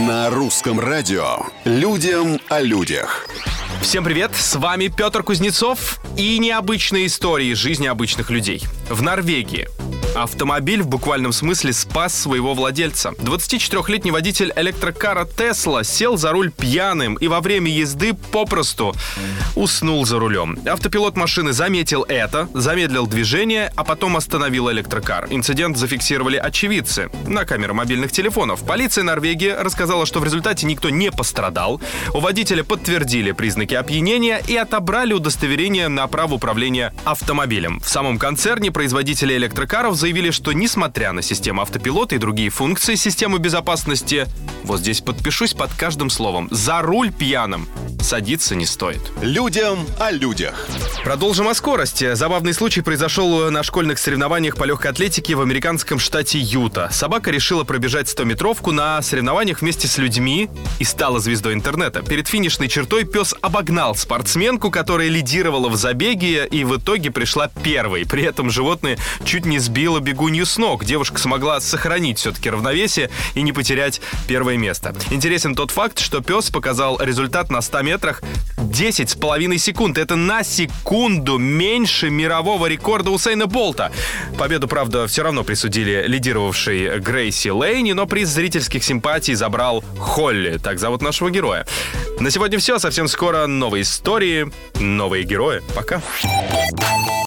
На русском радио «Людям о людях». Всем привет, с вами Петр Кузнецов и необычные истории жизни обычных людей. В Норвегии автомобиль в буквальном смысле спас своего владельца. 24-летний водитель электрокара Tesla сел за руль пьяным и во время езды попросту уснул за рулем. Автопилот машины заметил это, замедлил движение, а потом остановил электрокар. Инцидент зафиксировали очевидцы на камеры мобильных телефонов. Полиция Норвегии рассказала, что в результате никто не пострадал. У водителя подтвердили признаки опьянения и отобрали удостоверение на право управления автомобилем. В самом концерне производители электрокаров заявили, что несмотря на систему автопилота и другие функции системы безопасности, вот здесь подпишусь под каждым словом, за руль пьяным садиться не стоит. Людям о людях. Продолжим о скорости. Забавный случай произошел на школьных соревнованиях по легкой атлетике в американском штате Юта. Собака решила пробежать 100-метровку на соревнованиях вместе с людьми и стала звездой интернета. Перед финишной чертой пес обогнал спортсменку, которая лидировала в забеге и в итоге пришла первой. При этом животное чуть не сбило бегунью с ног. Девушка смогла сохранить все-таки равновесие и не потерять первое место. Интересен тот факт, что пес показал результат на 100 метрах 10,5 секунд. Это на секунду меньше мирового рекорда Усейна Болта. Победу, правда, все равно присудили лидировавшей Грейси Лейни, но приз зрительских симпатий забрал Холли. Так зовут нашего героя. На сегодня все. Совсем скоро новые истории, новые герои. Пока.